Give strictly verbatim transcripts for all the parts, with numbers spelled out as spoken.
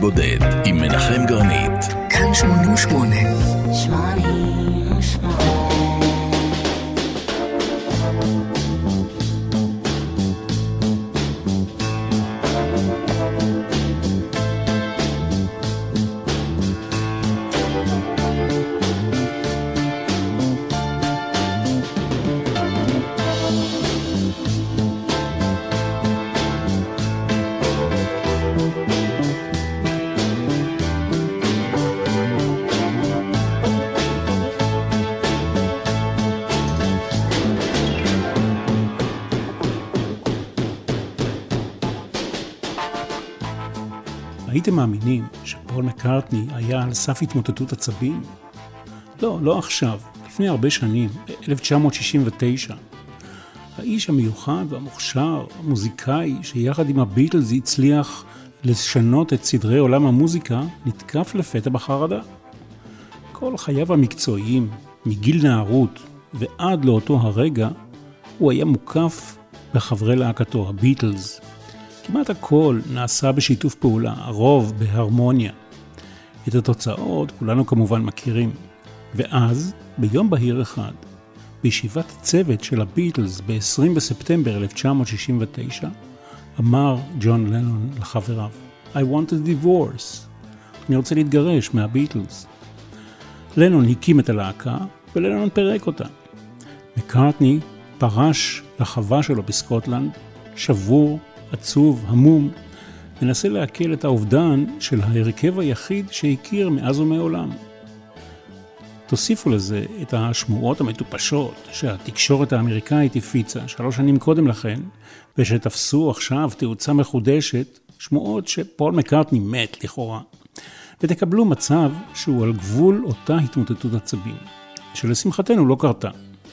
בודד עם מנחם גרנית. כאן שמונים ושמונה. שמונים ושמונה. הייתם מאמינים שפול מקארטני היה על סף התמוטטות עצבים? לא, לא עכשיו, לפני הרבה שנים, אלף תשע מאות שישים ותשע. האיש המיוחד והמוכשר, המוזיקאי, שיחד עם הביטלס הצליח לשנות את סדרי עולם המוזיקה, נתקף לפתע בחרדה. כל חייו המקצועיים, מגיל נערות ועד לאותו הרגע, הוא היה מוקף בחברי להקתו, הביטלס. כמעט הכל נעשה בשיתוף פעולה, הרוב בהרמוניה. את התוצאות כולנו כמובן מכירים. ואז, ביום בהיר אחד, בישיבת צוות של הביטלס ב-עשרים בספטמבר אלף תשע מאות שישים ותשע, אמר ג'ון לנון לחבריו, I want a divorce. אני רוצה להתגרש מהביטלס. לנון הקים את הלהקה, ולנון פירק אותה. מקארטני פרש לחווה שלו בסקוטלנד, שבור, עצוב, המום, מנסה להקל את האובדן של ההרכב היחיד שהכיר מאז ומעולם. תוסיפו לזה את השמועות המטופשות שהתקשורת האמריקאית הפיצה שלוש שנים קודם לכן, ושתפסו עכשיו תאוצה מחודשת, שמועות שפול מקארטני מת לכאורה, ותקבלו מצב שהוא על גבול אותה התמוטטות עצבים, שלשמחתנו לא קרתה.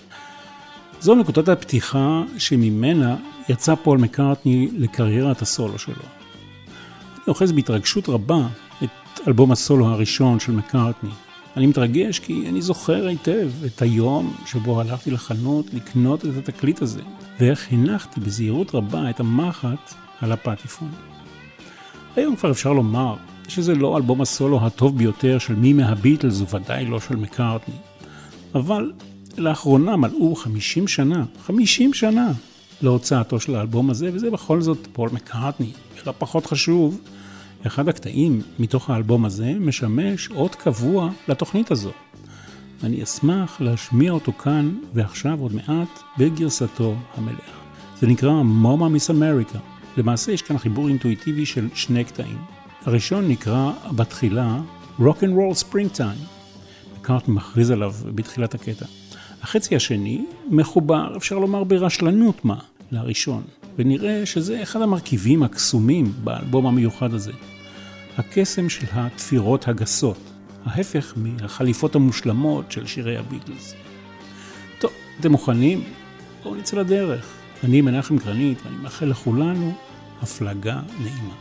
זו נקודת הפתיחה שממנה יצא פול מקארטני לקריירת הסולו שלו. אני אוחז בהתרגשות רבה את אלבום הסולו הראשון של מקארטני. אני מתרגש כי אני זוכר היטב את היום שבו הלכתי לחנות לקנות את התקליט הזה, ואיך הנחתי בזהירות רבה את המחט על הפטיפון. היום כבר אפשר לומר שזה לא אלבום הסולו הטוב ביותר של מי מהביטלס וודאי לא של מקארטני. אבל לאחרונה מלאו חמישים שנה, חמישים שנה להוצאתו של האלבום הזה, וזה בכל זאת פול מקארטני. ולא פחות חשוב, אחד הקטעים מתוך האלבום הזה משמש עוד קבוע לתוכנית הזו. אני אשמח להשמיע אותו כאן ועכשיו עוד מעט בגרסתו המלאה. זה נקרא מומה מיס אמריקה. למעשה יש כאן חיבור אינטואיטיבי של שני קטעים. הראשון נקרא בתחילה Rock and Roll Springtime. מקארטני מכריז עליו בתחילת הקטע. החצי השני מחובר, אפשר לומר ברשלנות מה, לראשון. ונראה שזה אחד המרכיבים הקסומים באלבום המיוחד הזה. הקסם של התפירות הגסות, ההפך מהחליפות המושלמות של שירי הביטלס. טוב, אתם מוכנים? בואו נצא לדרך. אני מנחם גרנית ואני מאחל לכולנו הפלגה נעימה.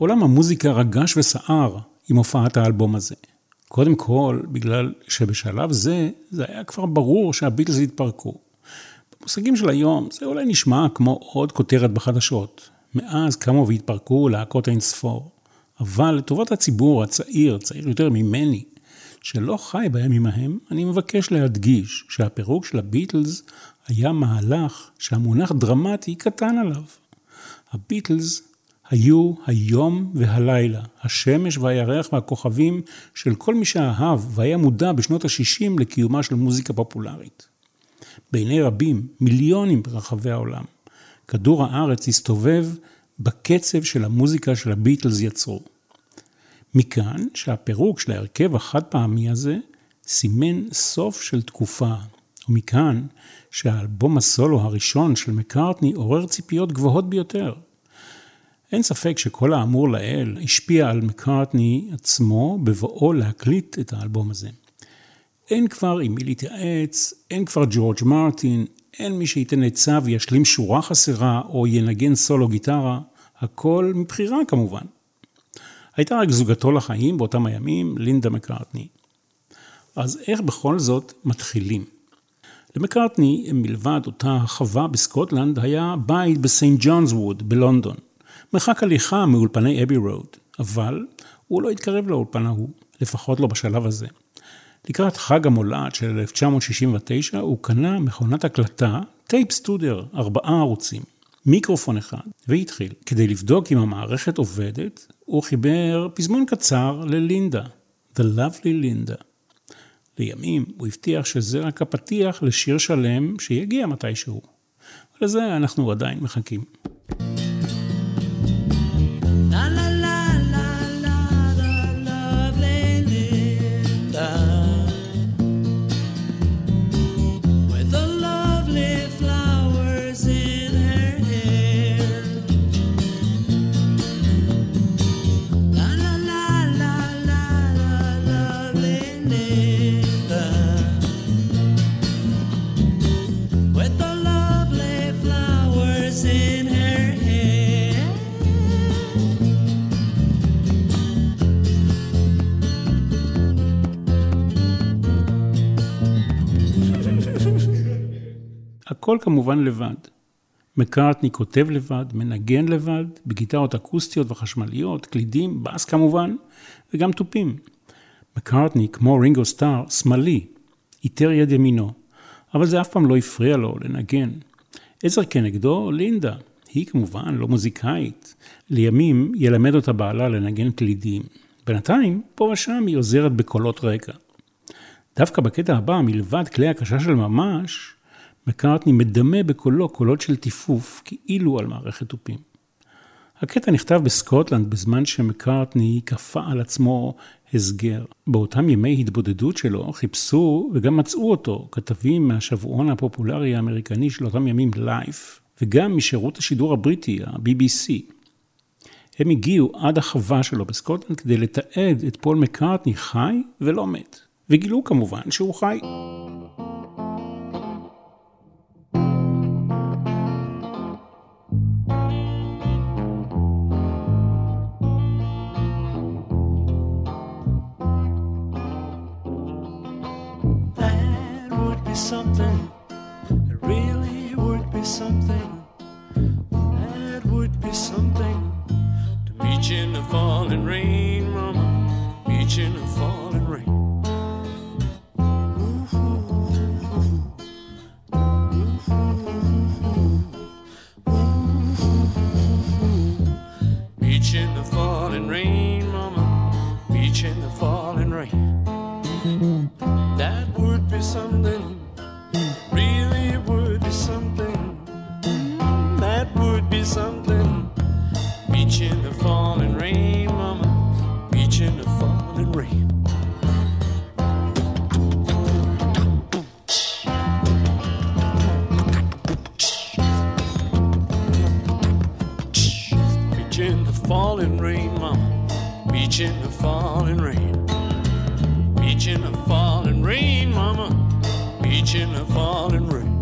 עולם המוזיקה רגש וסער עם הופעת האלבום הזה. קודם כל, בגלל שבשלב זה, זה היה כבר ברור שהביטלס התפרקו. במושגים של היום, זה אולי נשמע כמו עוד כותרת בחדשות. מאז קמו והתפרקו להקות אין ספור. אבל לטובת הציבור הצעיר, צעיר יותר ממני, שלא חי בימים ההם, אני מבקש להדגיש שהפירוק של הביטלס היה מהלך שהמונח דרמטי קטן עליו. הביטלס היו היום והלילה, השמש והירח והכוכבים של כל מי שאהב והיה מודע בשנות ה-שישים לקיומה של מוזיקה פופולרית. בעיני רבים, מיליונים ברחבי העולם, כדור הארץ הסתובב בקצב של המוזיקה של הביטלס יצרו. מכאן שהפירוק של ההרכב החד פעמי הזה סימן סוף של תקופה, ומכאן שהאלבום הסולו הראשון של מקארטני עורר ציפיות גבוהות ביותר. אין ספק שכל האמור לאל השפיע על מקארטני עצמו בבואו להקליט את האלבום הזה. אין כבר עם מי להתייעץ, אין כבר ג'ורג' מרטין, אין מי שייתן עצה וישלים שורה חסרה או ינגן סולו גיטרה, הכל מבחירה כמובן. הייתה רק זוגתו לחיים באותם הימים, לינדה מקארטני. אז איך בכל זאת מתחילים? למקארטני, מלבד אותה חווה בסקוטלנד, היה בית בסיינט ג'ונס ווד בלונדון. מרחק הליכה מאולפני אבי רוד, אבל הוא לא התקרב לאולפן ההוא, לפחות לא בשלב הזה. לקראת חג המולד של אלף תשע מאות שישים ותשע, הוא קנה מכונת הקלטה, טייפ סטודר, ארבעה ערוצים, מיקרופון אחד, והתחיל. כדי לבדוק אם המערכת עובדת, הוא חיבר פזמון קצר ללינדה, The Lovely Linda. לימים הוא הבטיח שזה רק הפתיח לשיר שלם שיגיע מתישהו. ולזה אנחנו עדיין מחכים. הכל כמובן לבד. מקארטני כותב לבד, מנגן לבד, בגיטרות אקוסטיות וחשמליות, קלידים, בס כמובן, וגם טופים. מקארטני, כמו רינגו סטאר, שמאלי, איתר יד ימינו, אבל זה אף פעם לא הפריע לו לנגן. עזר כנגדו, לינדה, היא כמובן לא מוזיקאית. לימים ילמד אותה בעלה לנגן קלידים. בינתיים, פה ושם היא עוזרת בקולות רקע. דווקא בקטע הבא, מלבד כלי הקשה של ממש, מקארטני מדמה בקולו קולות של טיפוף, כאילו על מערכת טופים. הקטע נכתב בסקוטלנד בזמן שמקארטני כפה על עצמו הסגר. באותם ימי התבודדות שלו חיפשו וגם מצאו אותו כתבים מהשבועון הפופולרי האמריקני של אותם ימים לייף, וגם משירות השידור הבריטי, ה-בי בי סי. הם הגיעו עד החווה שלו בסקוטלנד כדי לתעד את פול מקארטני חי ולא מת. וגילו כמובן שהוא חי. Something, it really would be something, that would be something, to meet you in the falling rain, mama, meet you in the falling rain. Meet you in the falling rain, mama, meet you in the falling rain. That would be something, really would be something, that would be something. Meet you in the falling rain, mama, meet you in the falling rain. Meet you in the falling rain, mama, meet you in the falling rain. Meet you in the falling rain, mama, meet you in the falling rain.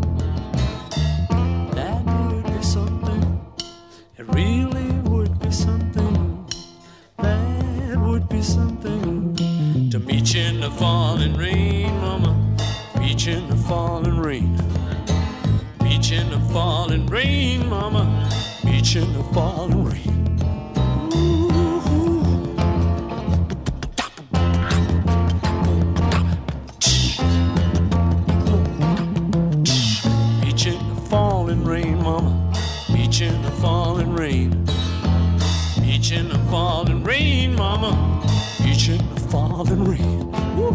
That would be something, it really would be something, rain, mama, beach in the falling rain. Beach in the falling rain, mama, beach in the falling rain. Beach in the falling rain, mama, beach in the falling rain. Woo.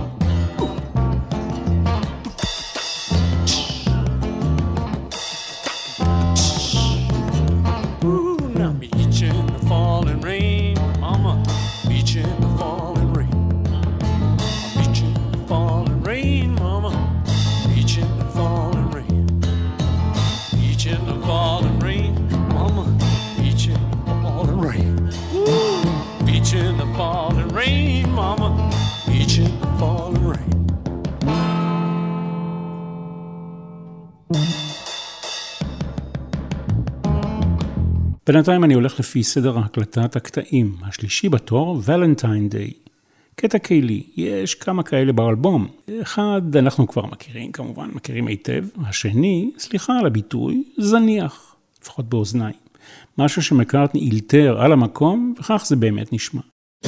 בינתיים אני הולך לפי סדר ההקלטת הקטעים. השלישי בתור, Valentine Day. קטע קהילי, יש כמה כאלה באלבום. אחד אנחנו כבר מכירים, כמובן מכירים היטב. השני, סליחה על הביטוי, זניח, לפחות באוזניים. משהו שמקארטני אילתר על המקום, וכך זה באמת נשמע.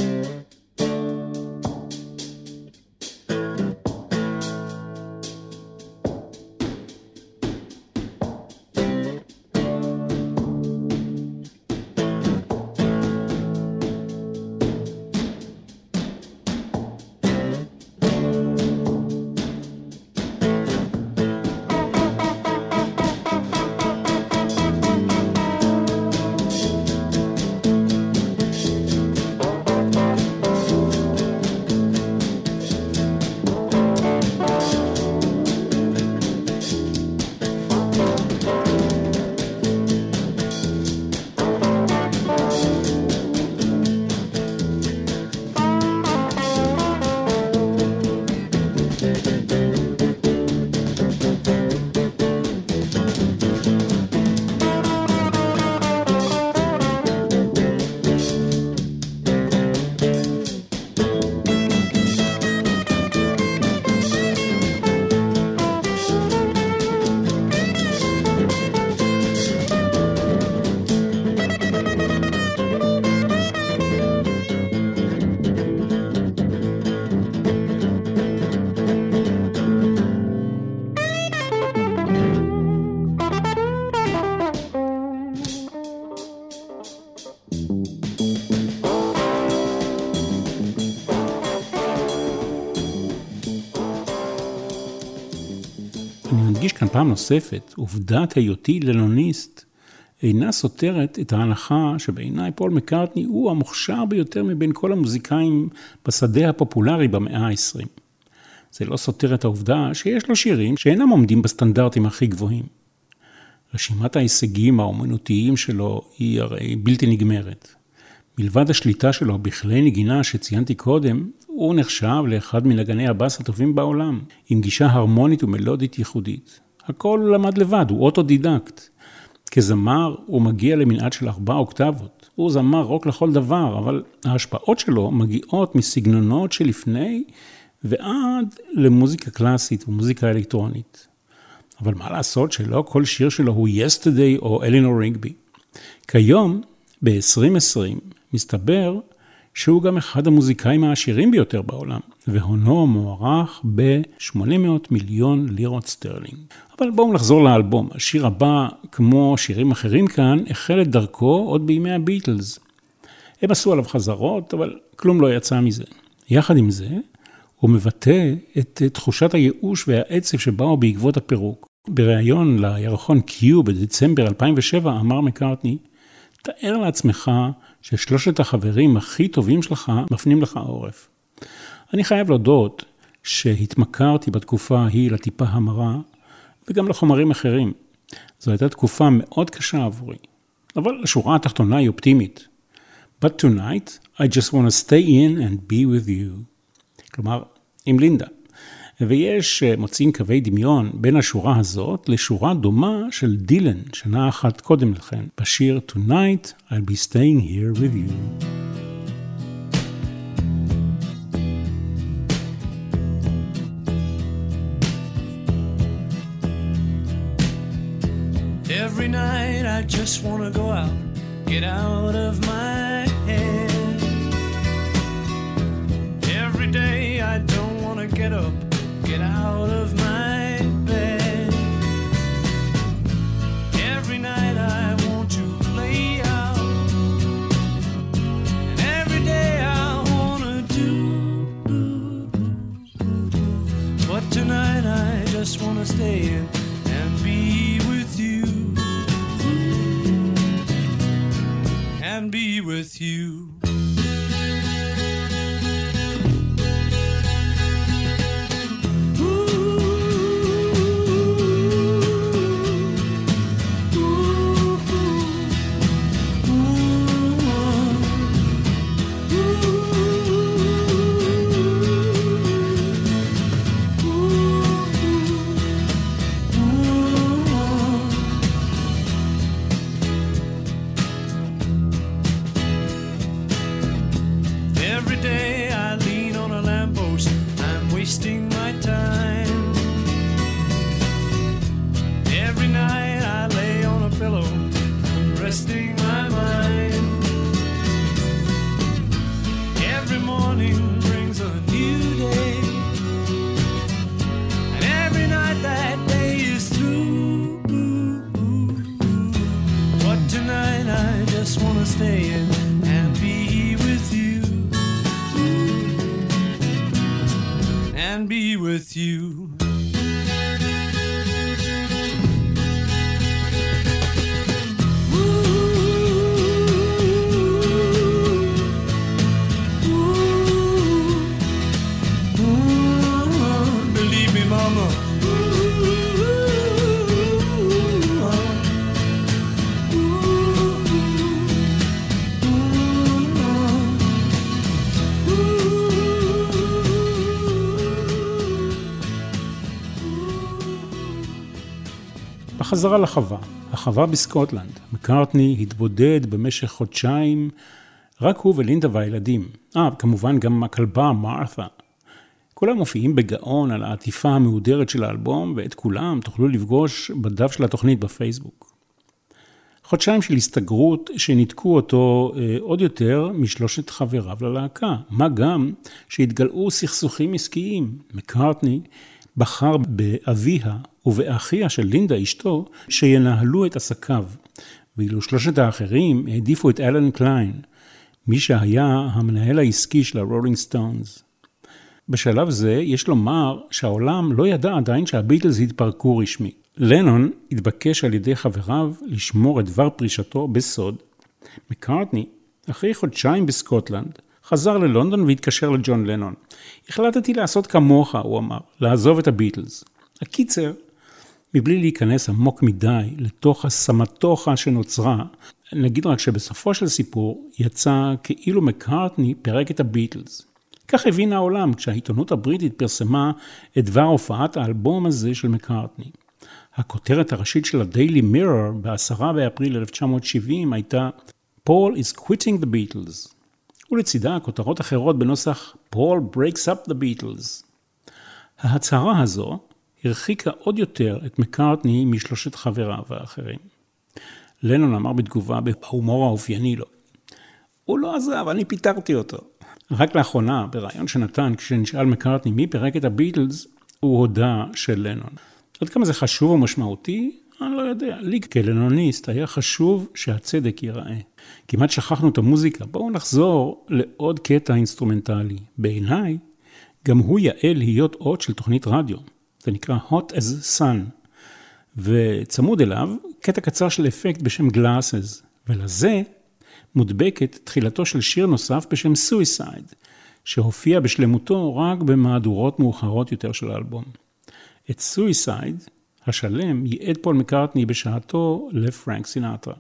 מדגיש כאן פעם נוספת, עובדת היותי לנוניסט אינה סותרת את ההנחה שבעיניי פול מקארטני הוא המוכשר ביותר מבין כל המוזיקאים בשדה הפופולרי במאה ה-עשרים. זה לא סותר את העובדה שיש לו שירים שאינם עומדים בסטנדרטים הכי גבוהים. רשימת ההישגים האומנותיים שלו היא הרי בלתי נגמרת. מלבד השליטה שלו בכלי נגינה שציינתי קודם, הוא נחשב לאחד מנגני הבאס הטובים בעולם, עם גישה הרמונית ומלודית ייחודית. הכל הוא למד לבד, הוא אוטודידקט. כזמר הוא מגיע למנעד של ארבע אוקטבות. הוא זמר רוק לכל דבר, אבל ההשפעות שלו מגיעות מסגנונות שלפני ועד למוזיקה קלאסית ומוזיקה אלקטרונית. אבל מה לעשות שלא כל שיר שלו הוא Yesterday או אלינור ריגבי. כיום, ב-עשרים עשרים, מסתבר שהוא גם אחד המוזיקאים העשירים ביותר בעולם, והונו מוערך ב-שמונה מאות מיליון לירות סטרלינג. אבל בואו נחזור לאלבום. השיר הבא, כמו שירים אחרים כאן, החל את דרכו עוד בימי הביטלס. הם עשו עליו חזרות, אבל כלום לא יצא מזה. יחד עם זה, הוא מבטא את תחושת הייאוש והעצב שבאו בעקבות הפירוק. בריאיון לירחון Q בדצמבר אלפיים ושבע אמר מקארטני, תאר לעצמך ששלושת החברים הכי טובים שלך מפנים לך עורף. אני חייב להודות שהתמכרתי בתקופה ההיא לטיפה המרה, וגם לחומרים אחרים. זו הייתה תקופה מאוד קשה עבורי. אבל השורה התחתונה היא אופטימית. But tonight, I just want to stay in and be with you. כלומר, עם לינדה. ויש מוצאים קווי דמיון בין השורה הזאת לשורה דומה של דילן, שנה אחת קודם לכן, בשיר Tonight I'll be staying here with you. Every night I just want to go out, get out of my head. Every day I don't want to get up, get out of my bed. Every night I want to play out, and every day I want to do. But tonight I just want to stay in and be with you, and be with you. בחזרה לחווה, החווה בסקוטלנד. מקארטני התבודד במשך חודשיים, רק הוא ולינדה והילדים. אה, כמובן גם הכלבה, מרת'ה. כולם מופיעים בגאון על העטיפה המהודרת של האלבום, ואת כולם תוכלו לפגוש בדף של התוכנית בפייסבוק. חודשיים של הסתגרות שניתקו אותו אה, עוד יותר משלושת חבריו ללהקה. מה גם שהתגלעו סכסוכים עסקיים. מקארטני בחר באביה ובאחיה של לינדה אשתו שינהלו את עסקיו, ואילו שלושת האחרים העדיפו את אלן קליין, מי שהיה המנהל העסקי של הרולינג סטונס. בשלב זה יש לומר שהעולם לא ידע עדיין שהביטלס התפרקו רשמי. לנון התבקש על ידי חבריו לשמור את דבר פרישתו בסוד. מקארטני, אחרי חודשיים בסקוטלנד, חזר ללונדון והתקשר לג'ון לנון. החלטתי לעשות כמוך, הוא אמר, לעזוב את הביטלס. הקיצר, מבלי להיכנס עמוק מדי לתוך הסמטוחה שנוצרה, נגיד רק שבסופו של סיפור יצא כאילו מקארטני פירק את הביטלס. כך הבין העולם כשהעיתונות הבריטית פרסמה את דבר הופעת האלבום הזה של מקארטני. הכותרת הראשית של הדיילי מירור בעשרה באפריל אלף תשע מאות שבעים הייתה Paul is quitting the Beatles. ולצידה כותרות אחרות בנוסח Paul breaks up the Beatles. ההצהרה הזו הרחיקה עוד יותר את מקארטני משלושת חבריו האחרים. לנון אמר בתגובה בהומור האופייני לו, הוא לא עזב, אני פיטרתי אותו. רק לאחרונה, ברעיון שנתן, כשנשאל מקארטני מי פירק את הביטלס, הוא הודה של לנון. עד כמה זה חשוב ומשמעותי? אני לא יודע. לי כלנוניסט היה חשוב שהצדק ייראה. כמעט שכחנו את המוזיקה. בואו נחזור לעוד קטע אינסטרומנטלי. בעיניי, גם הוא יעל להיות עוד של תוכנית רדיו. זה נקרא Hot as Sun. וצמוד אליו, קטע קצר של אפקט בשם Glasses. ולזה מודבקת תחילתו של שיר נוסף בשם Suicide, שהופיע בשלמותו רק במהדורות מאוחרות יותר של האלבום. את Suicide, השלם, ייעד פול מקארטני בשעתו לפרנק סינטרה.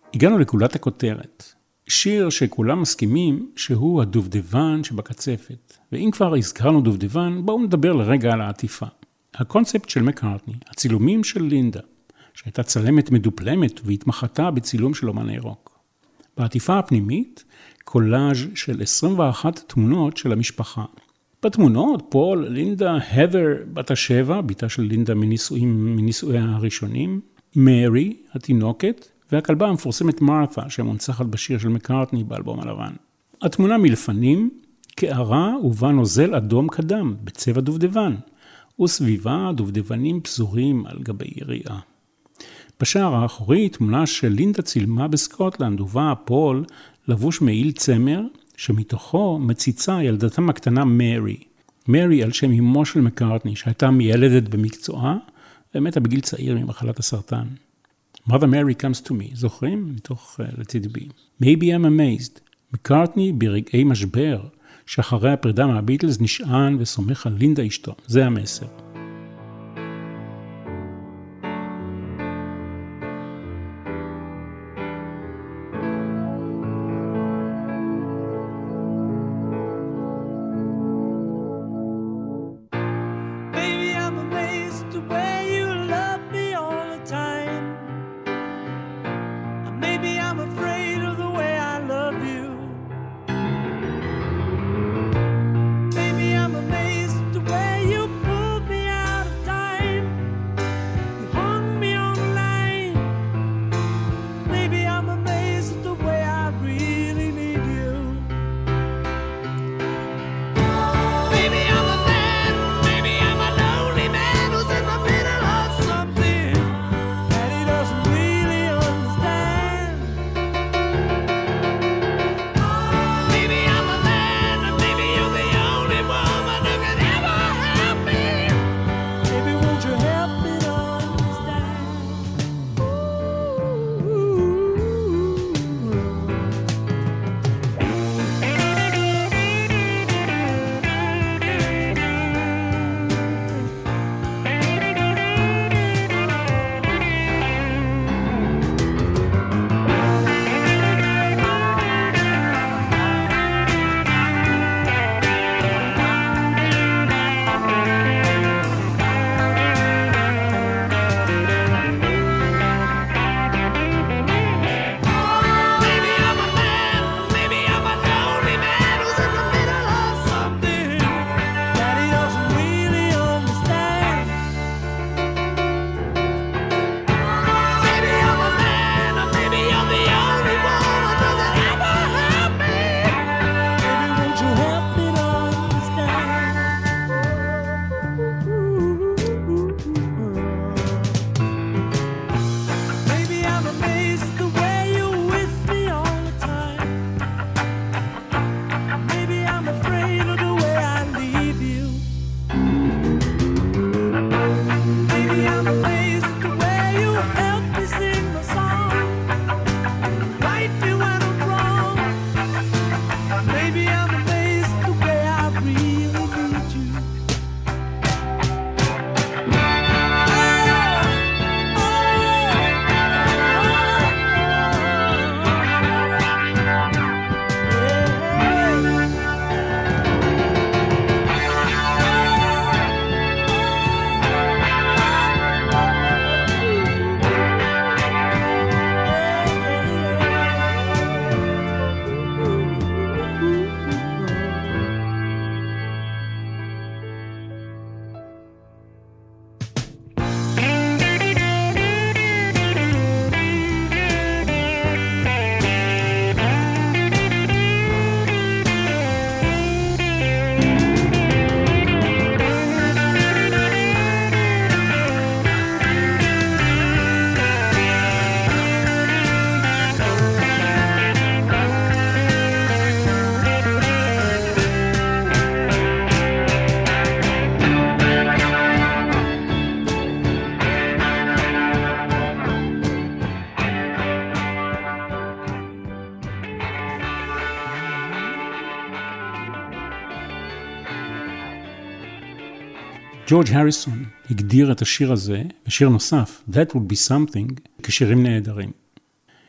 הגענו לגולת הכותרת. שיר שכולם מסכימים שהוא הדובדבן שבקצפת. ואם כבר הזכרנו דובדבן, בואו נדבר לרגע על העטיפה. הקונספט של מקארטני, הצילומים של לינדה, שהייתה צלמת מדופלמת והתמחתה בצילום של אומני רוק. בעטיפה הפנימית, קולאז' של עשרים ואחת תמונות של המשפחה. בתמונות, פול, לינדה, הדר, בת השבע, ביתה של לינדה מנישואים, מנישואיה הראשונים, מרי, התינוקת, והכלבה המפורסמת מרת'ה, שמונצחת בשיר של מקארטני באלבום הלבן. התמונה מלפנים, קערה ובה נוזל אדום קדם, בצבע דובדבן, וסביבה דובדבנים פזורים על גבי יריעה. בשער האחורי, תמונה של לינדה צילמה בסקוטלנד, ובה פול לבוש מעיל צמר, שמתוכו מציצה ילדתם הקטנה מרי. מרי על שם אמו של מקארטני, שהייתה מיילדת במקצועה, ומתה בגיל צעיר ממחלת הסרטן. Mother Mary comes to me, זוכרים? מתוך uh, Let It Be. Maybe I'm amazed. מקארטני ברגעי משבר, שאחרי הפרידה מהביטלס נשען וסומך על לינדה אשתו. זה המסר. ג'ורג' הריסון הגדיר את השיר הזה, ושיר נוסף, That Would Be Something, כשירים נהדרים.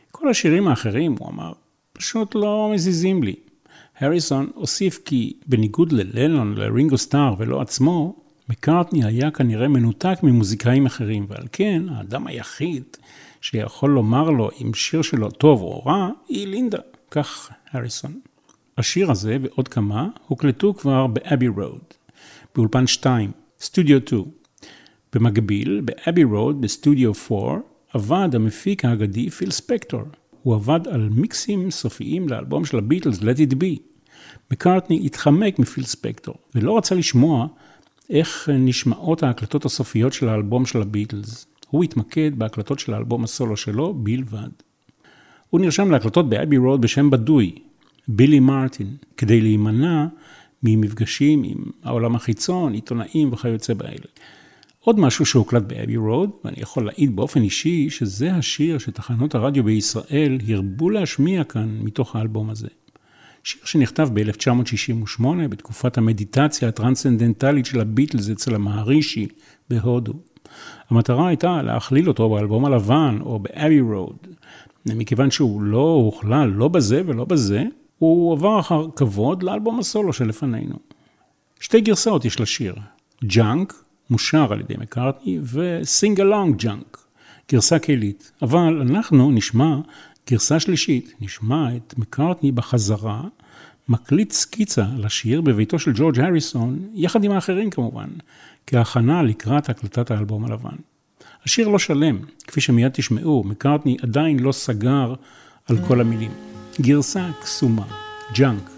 כל השירים האחרים, הוא אמר, פשוט לא מזיזים לי. הריסון הוסיף כי בניגוד ללנון, לרינגו סטאר ולא עצמו, מקארטני היה כנראה מנותק ממוזיקאים אחרים, ועל כן האדם היחיד שיכול לומר לו אם שיר שלו טוב או רע, היא לינדה, כך הריסון. השיר הזה ועוד כמה הוקלטו כבר באבי רוד, באולפן שתיים, סטודיו שתיים. במקביל, באבי רוד, בסטודיו ארבע, עבד המפיק האגדי פיל ספקטור. הוא עבד על מיקסים סופיים לאלבום של הביטלס, Let It Be. מקארטני התחמק מפיל ספקטור, ולא רצה לשמוע איך נשמעות ההקלטות הסופיות של האלבום של הביטלס. הוא התמקד בהקלטות של האלבום הסולו שלו בלבד. הוא נרשם להקלטות באבי רוד בשם בדוי, בילי מרטין, כדי להימנע ממפגשים עם העולם החיצון, עיתונאים וכיוצא באלה. עוד משהו שהוקלט באבי רוד, ואני יכול להעיד באופן אישי שזה השיר שתחנות הרדיו בישראל הרבו להשמיע כאן מתוך האלבום הזה. שיר שנכתב ב-אלף תשע מאות שישים ושמונה בתקופת המדיטציה הטרנסצנדנטלית של הביטלס אצל המהרישי בהודו. המטרה הייתה להכליל אותו באלבום הלבן או באבי רוד. מכיוון שהוא לא הוכלל לא בזה ולא בזה, הוא עבר אחר כבוד לאלבום הסולו שלפנינו. שתי גרסאות יש לשיר. ג'אנק, מושר על ידי מקארטני, וסינג אלונג ג'אנק, גרסה קהילית. אבל אנחנו נשמע גרסה שלישית, נשמע את מקארטני בחזרה, מקליט סקיצה לשיר בביתו של ג'ורג' הריסון, יחד עם האחרים כמובן, כהכנה לקראת הקלטת האלבום הלבן. השיר לא שלם, כפי שמיד תשמעו, מקארטני עדיין לא סגר על כל המילים. גרסה קסומה, ג'אנק.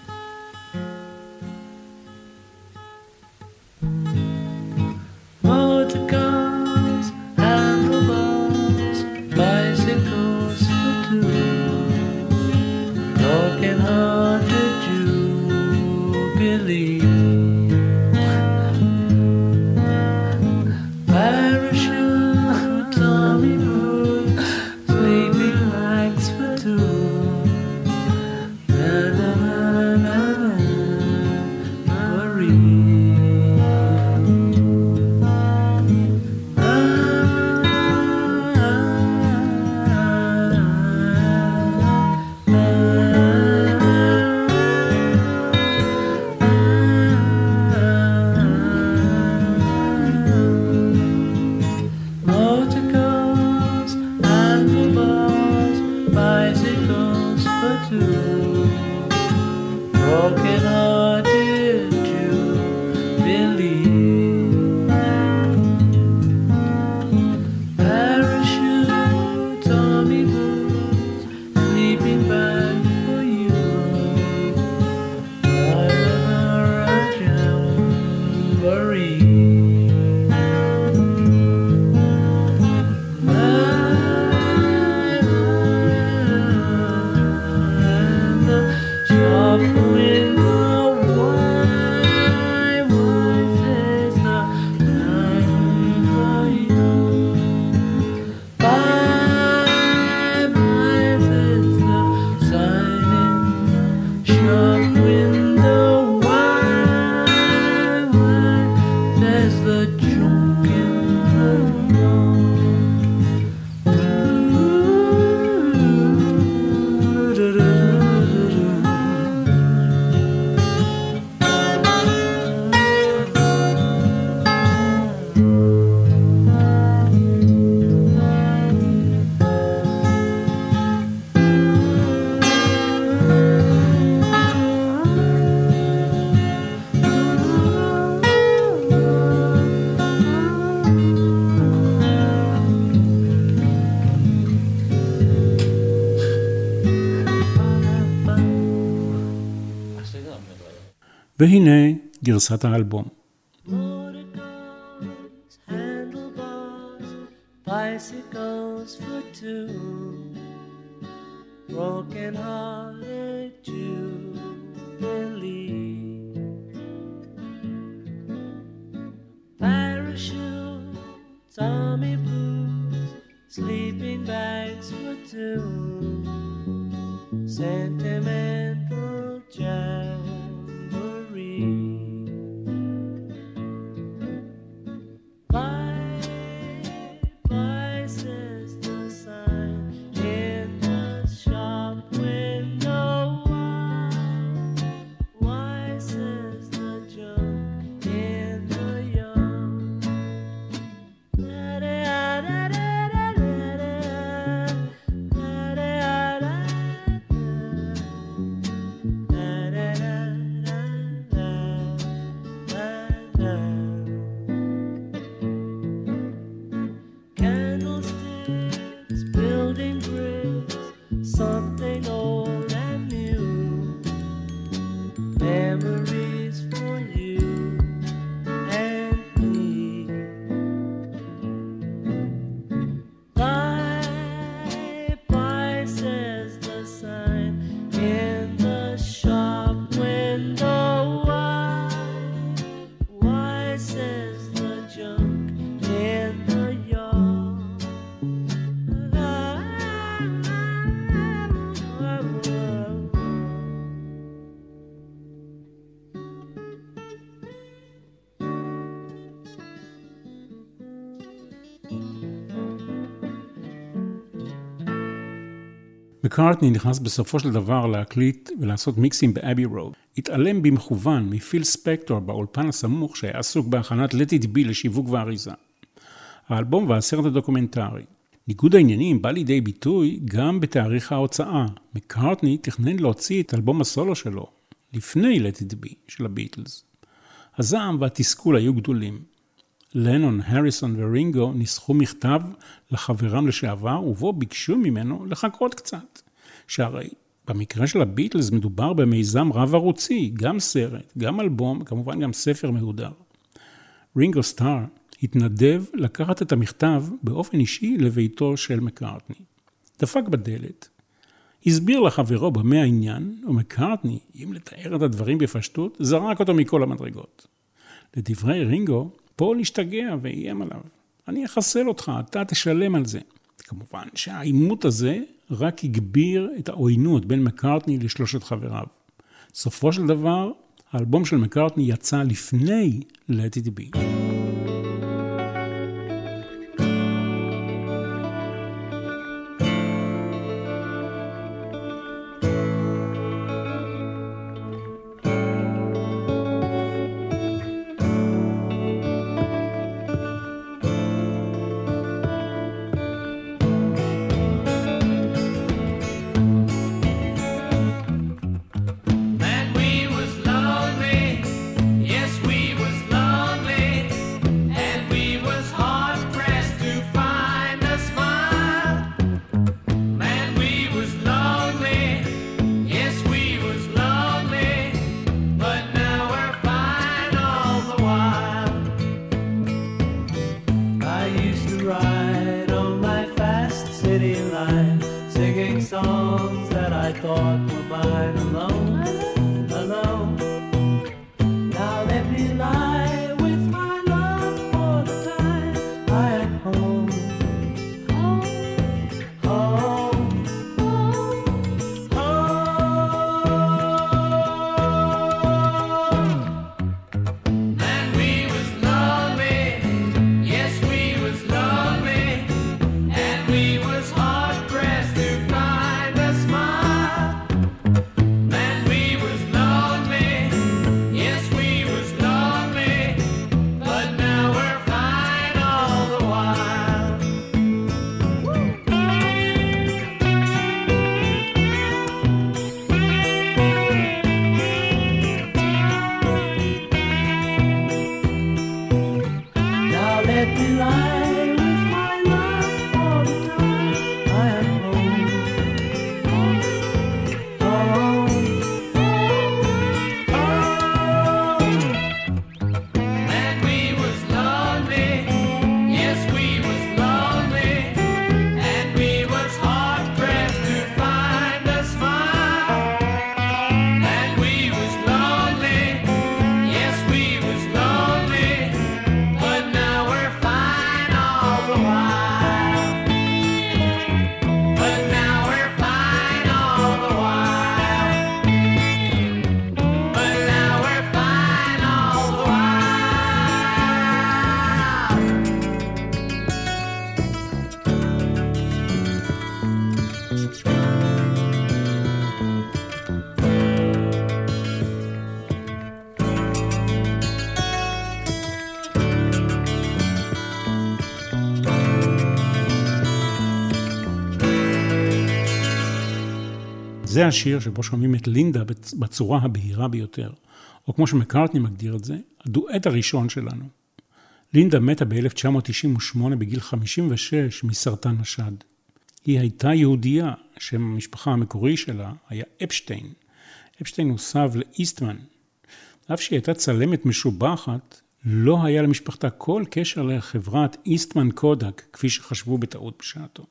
והנה גרסת האלבום. Bicycles for two, broken hearted Jubilee. Parachutes, army blues, sleeping bags for two, sentimental jamboree. Bye, bye, says the sign in מקארטני נכנס בסופו של דבר להקליט ולעשות מיקסים באבי רוד. התעלם במכוון מפיל ספקטור באולפן הסמוך שהיה עסוק בהכנת Let It Be לשיווק ואריזה. האלבום והסרט הדוקומנטרי. ניגוד העניינים בא לידי ביטוי גם בתאריך ההוצאה. מקארטני תכנן להוציא את אלבום הסולו שלו לפני Let It Be של הביטלס. הזעם והתסכול היו גדולים. לנון, הריסון ורינגו ניסחו מכתב לחברם לשעבר, ובו ביקשו ממנו לחכות קצת. שהרי במקרה של הביטלס מדובר במיזם רב ערוצי, גם סרט, גם אלבום, כמובן גם ספר מהודר. רינגו סטאר התנדב לקחת את המכתב באופן אישי לביתו של מקארטני. דפק בדלת, הסביר לחברו במה העניין, ומקארטני, אם לתאר את הדברים בפשטות, זרק אותו מכל המדרגות. לדברי רינגו, פול השתגע ואיים עליו. אני אחסל אותך, אתה תשלם על זה. כמובן שהעימות הזה רק הגביר את העוינות בין מקארטני לשלושת חבריו. סופו של דבר, האלבום של מקארטני יצא לפני Let It Be. זה השיר שבו שומעים את לינדה בצורה הבהירה ביותר, או כמו שמקארטני מגדיר את זה, הדואט הראשון שלנו. לינדה מתה ב-אלף תשע מאות תשעים ושמונה בגיל חמישים ושש מסרטן השד. היא הייתה יהודייה, שם המשפחה המקורי שלה היה אפשטיין. אפשטיין הוא סב לאיסטמן. אף שהיא הייתה צלמת משובחת, לא היה למשפחתה כל קשר לחברת איסטמן קודק, כפי שחשבו בטעות בשעתו.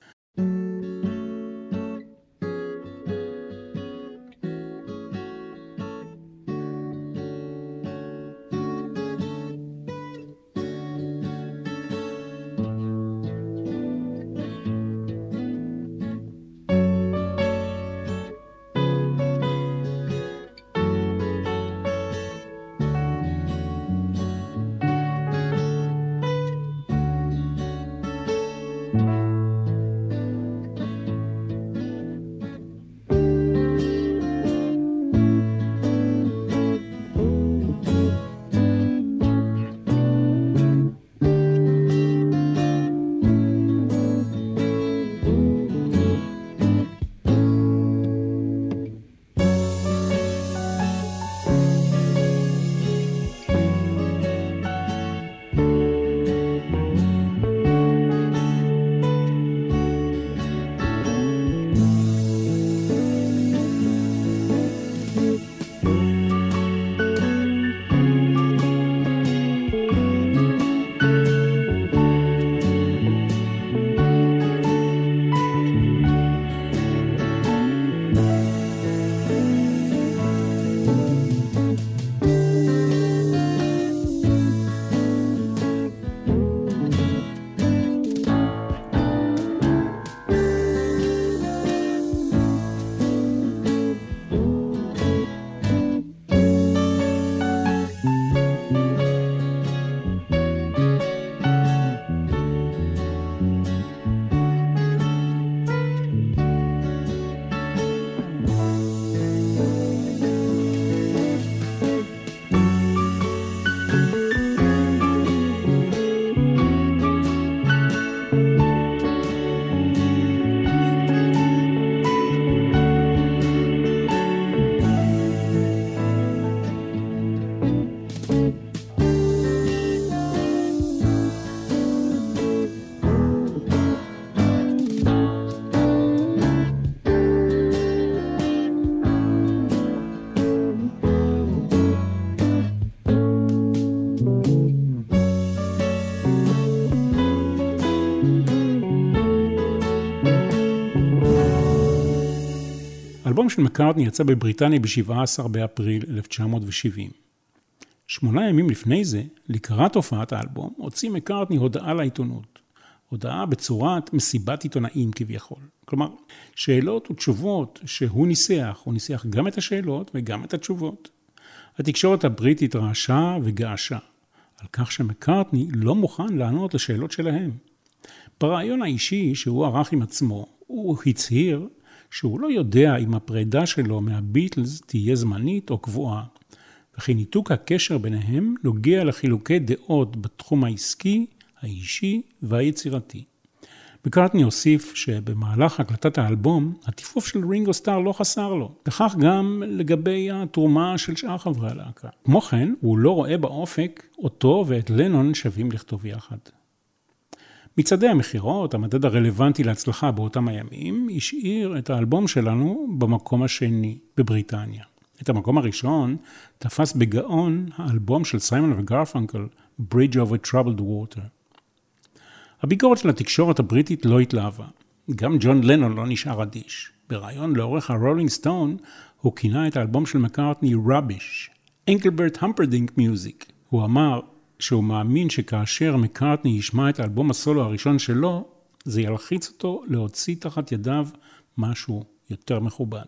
האלבום של מקארטני יצא בבריטניה ב-שבעה עשר באפריל אלף תשע מאות שבעים. שמונה ימים לפני זה, לקראת הופעת האלבום, הוציא מקארטני הודעה לעיתונות. הודעה בצורת מסיבת עיתונאים כביכול. כלומר, שאלות ותשובות שהוא ניסח, הוא ניסח גם את השאלות וגם את התשובות. התקשורת הבריטית רעשה וגעשה, על כך שמקארטני לא מוכן לענות לשאלות שלהם. ברעיון האישי שהוא ערך עם עצמו, הוא הצהיר שהוא לא יודע אם הפרידה שלו מהביטלס תהיה זמנית או קבועה, וכי ניתוק הקשר ביניהם נוגע לחילוקי דעות בתחום העסקי, האישי והיצירתי. מקארטני הוסיף שבמהלך הקלטת האלבום, הטיפוף של רינגו סטאר לא חסר לו. וכך גם לגבי התרומה של שאר חברי הלהקה. כמו כן, הוא לא רואה באופק אותו ואת לנון שווים לכתוב יחד. מצעדי המחירות, המדד הרלוונטי להצלחה באותם הימים, השאיר את האלבום שלנו במקום השני בבריטניה. את המקום הראשון תפס בגאון האלבום של סיימון וגרפנקל, Bridge over Troubled Water. הביקורת של התקשורת הבריטית לא התלהבה. גם ג'ון לנון לא נשאר אדיש. בראיון לאורך הרולינג סטון, הוא כינה את האלבום של מקארטני rubbish, Engelbert Humperdinck Music. הוא אמר שהוא מאמין שכאשר מקארטני ישמע את האלבום הסולו הראשון שלו, זה ילחיץ אותו להוציא תחת ידיו משהו יותר מכובד.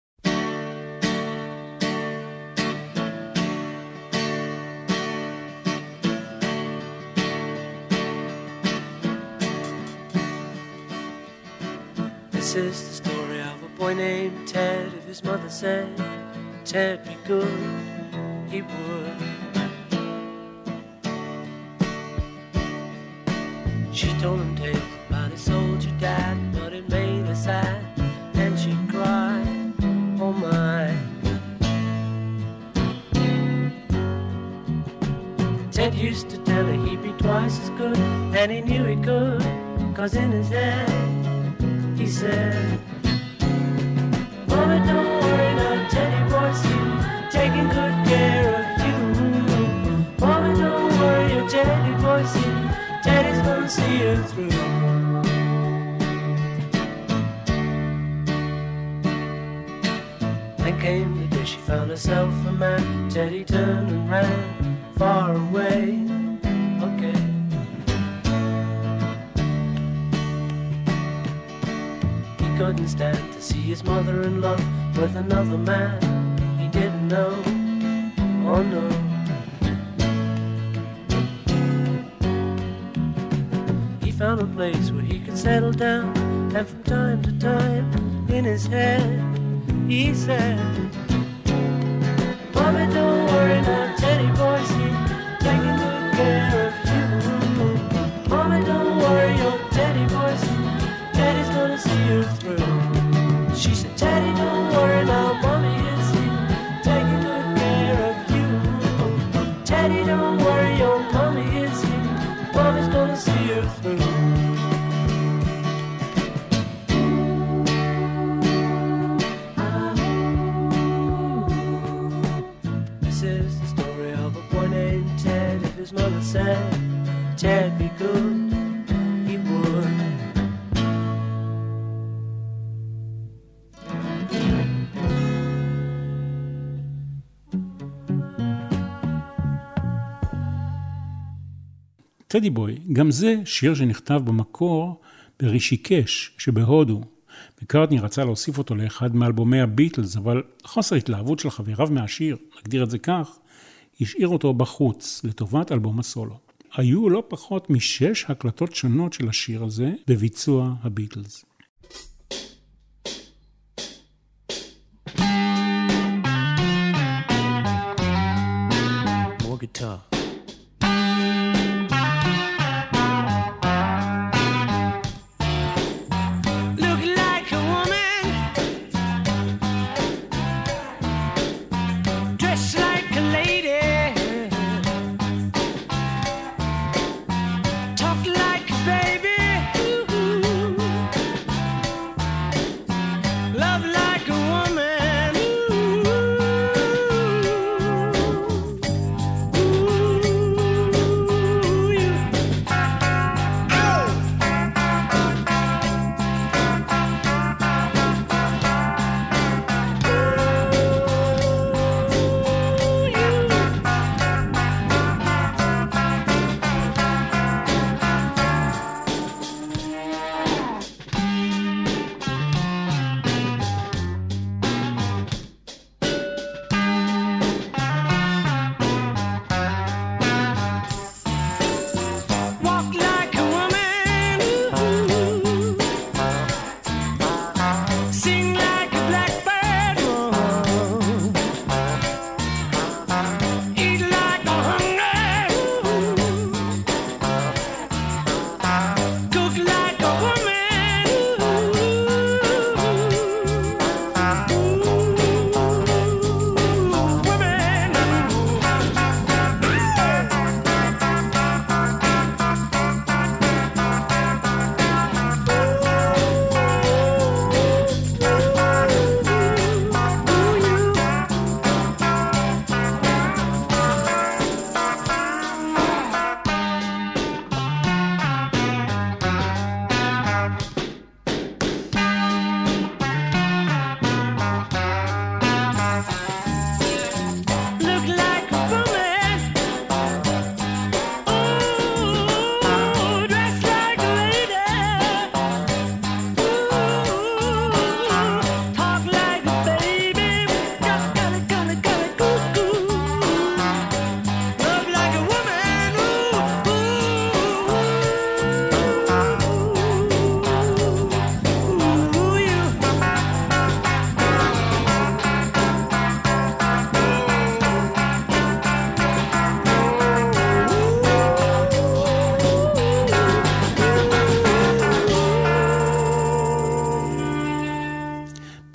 This is the story of a boy named Ted. If his mother said Ted be good, he would. She told him tales about his soldier dad, but it made her sad, and she cried, oh my. Ted used to tell her he'd be twice as good, and he knew he could, 'cause in his head he said, Mama, don't worry, now Teddy boy's here, taking good care of you. Mama, don't worry, your Teddy boy's here, Teddy's gonna see you through. Then came the day she found herself a man. Teddy turned and ran far away. Okay. Couldn't stand to see his mother in love with another man he didn't know. Oh no. He found a place where he could settle down, and from time to time in his head he said, Mommy, don't worry now, Teddy boy's here, taking good care of you. Mommy, don't worry, your Teddy boy's here, Teddy's gonna see you through. She said, Teddy, don't worry now, Mommy is here, taking good care of you. Teddy, don't worry, your Mommy is here, Mommy's gonna see you through. This is the story of a boy named Ted. If his mother said, Ted, be good, he would. טדי בוי, גם זה שיר שנכתב במקור ברישיקש שבהודו. מקארטני רצה להוסיף אותו לאחד מאלבומי הביטלס, אבל חוסר התלהבות של חבריו מהשיר, נגדיר את זה כך, השאיר אותו בחוץ לטובת אלבום הסולו. היו לא פחות משש הקלטות שונות של השיר הזה בביצוע הביטלס. More guitar. Ooh.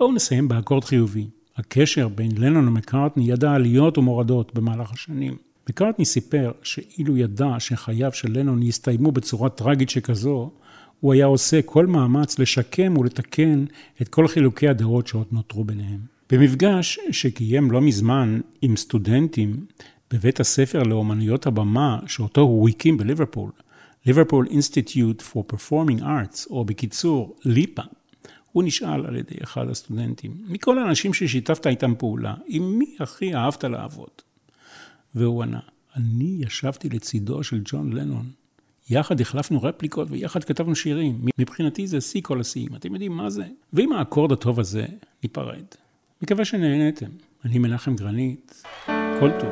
בואו נסיים באקורד חיובי. הקשר בין לנון ומקארטני ידע עליות ומורדות במהלך השנים. מקארטני סיפר שאילו ידע שחייו של לנון יסתיימו בצורה טרגית שכזו, הוא היה עושה כל מאמץ לשקם ולתקן את כל חילוקי הדעות שעוד נותרו ביניהם. במפגש שקיים לא מזמן עם סטודנטים בבית הספר לאומנויות הבמה שאותו הוא הקים בליברפול, ליברפול Institute for Performing Arts, או בקיצור ליפה, הוא נשאל על ידי אחד הסטודנטים, מכל האנשים ששיתפת איתם פעולה, עם מי הכי אהבת לעבוד? והוא ענה, אני ישבתי לצידו של ג'ון לנון, יחד החלפנו רפליקות ויחד כתבנו שירים, מבחינתי זה שיא כל השיאים, אתם יודעים מה זה? ועם האקורד הטוב הזה ניפרד. מקווה שנהנתם, אני מנחם גרנית, כל טוב.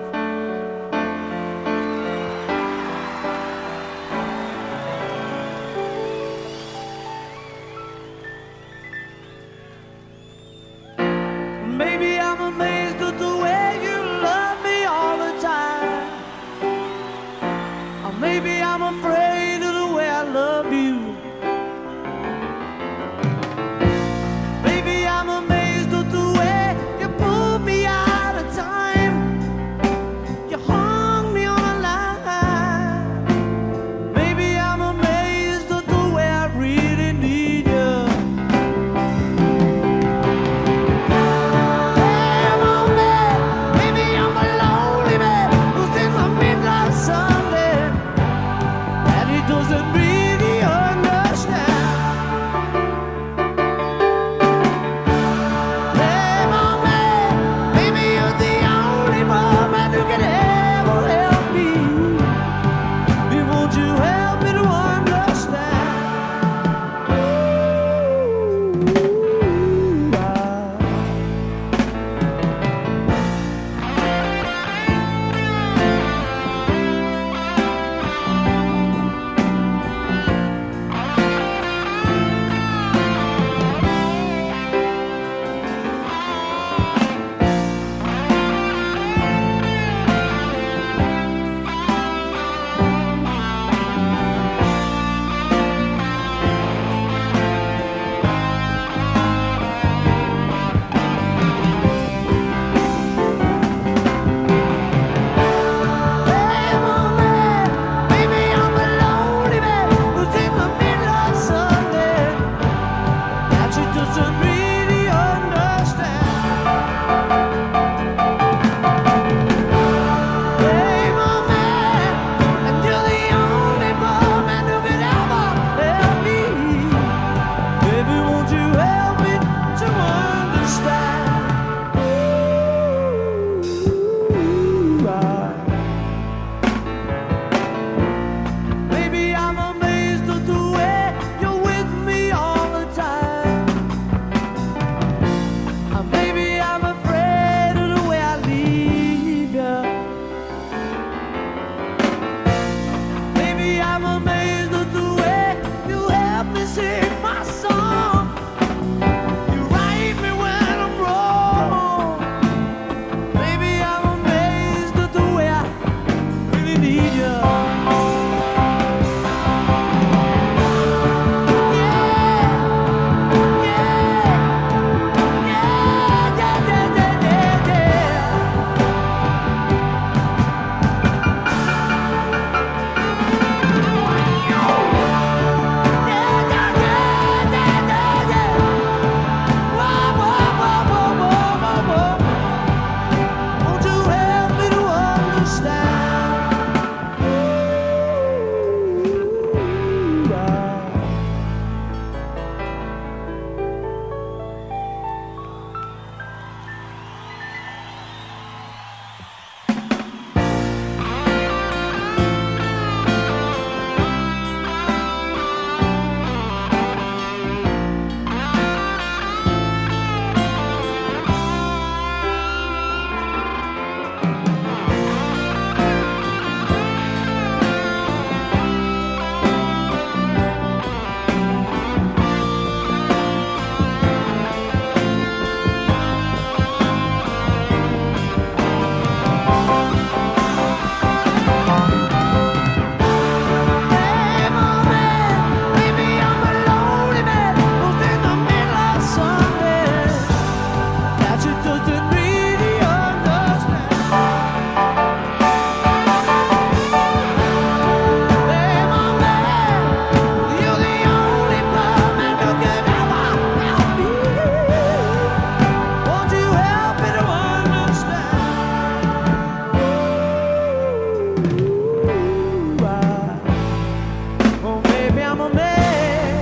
I'm a man.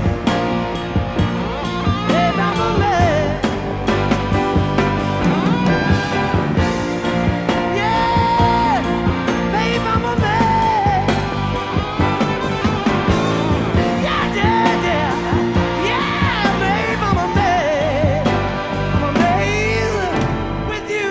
Baby, I'm a man. Yeah, baby, I'm a man. Yeah, yeah, yeah. Yeah, baby, I'm a man. I'm amazing with you.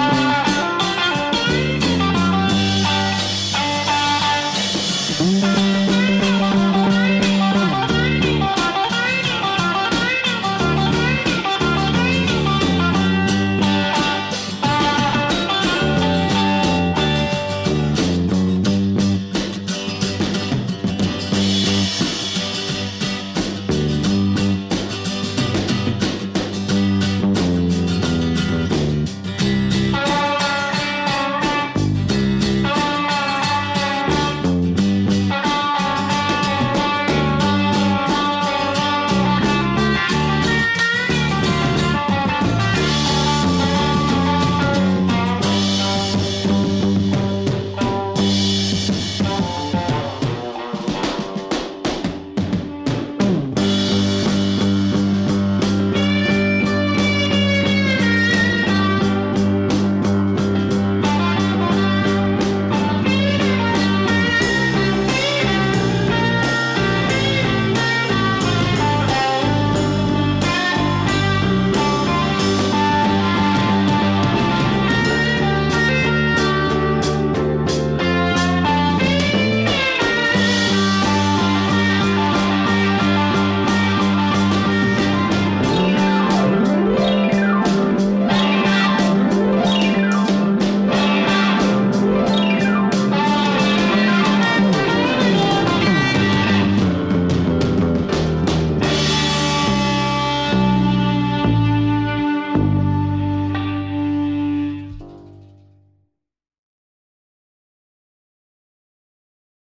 Mm-hmm.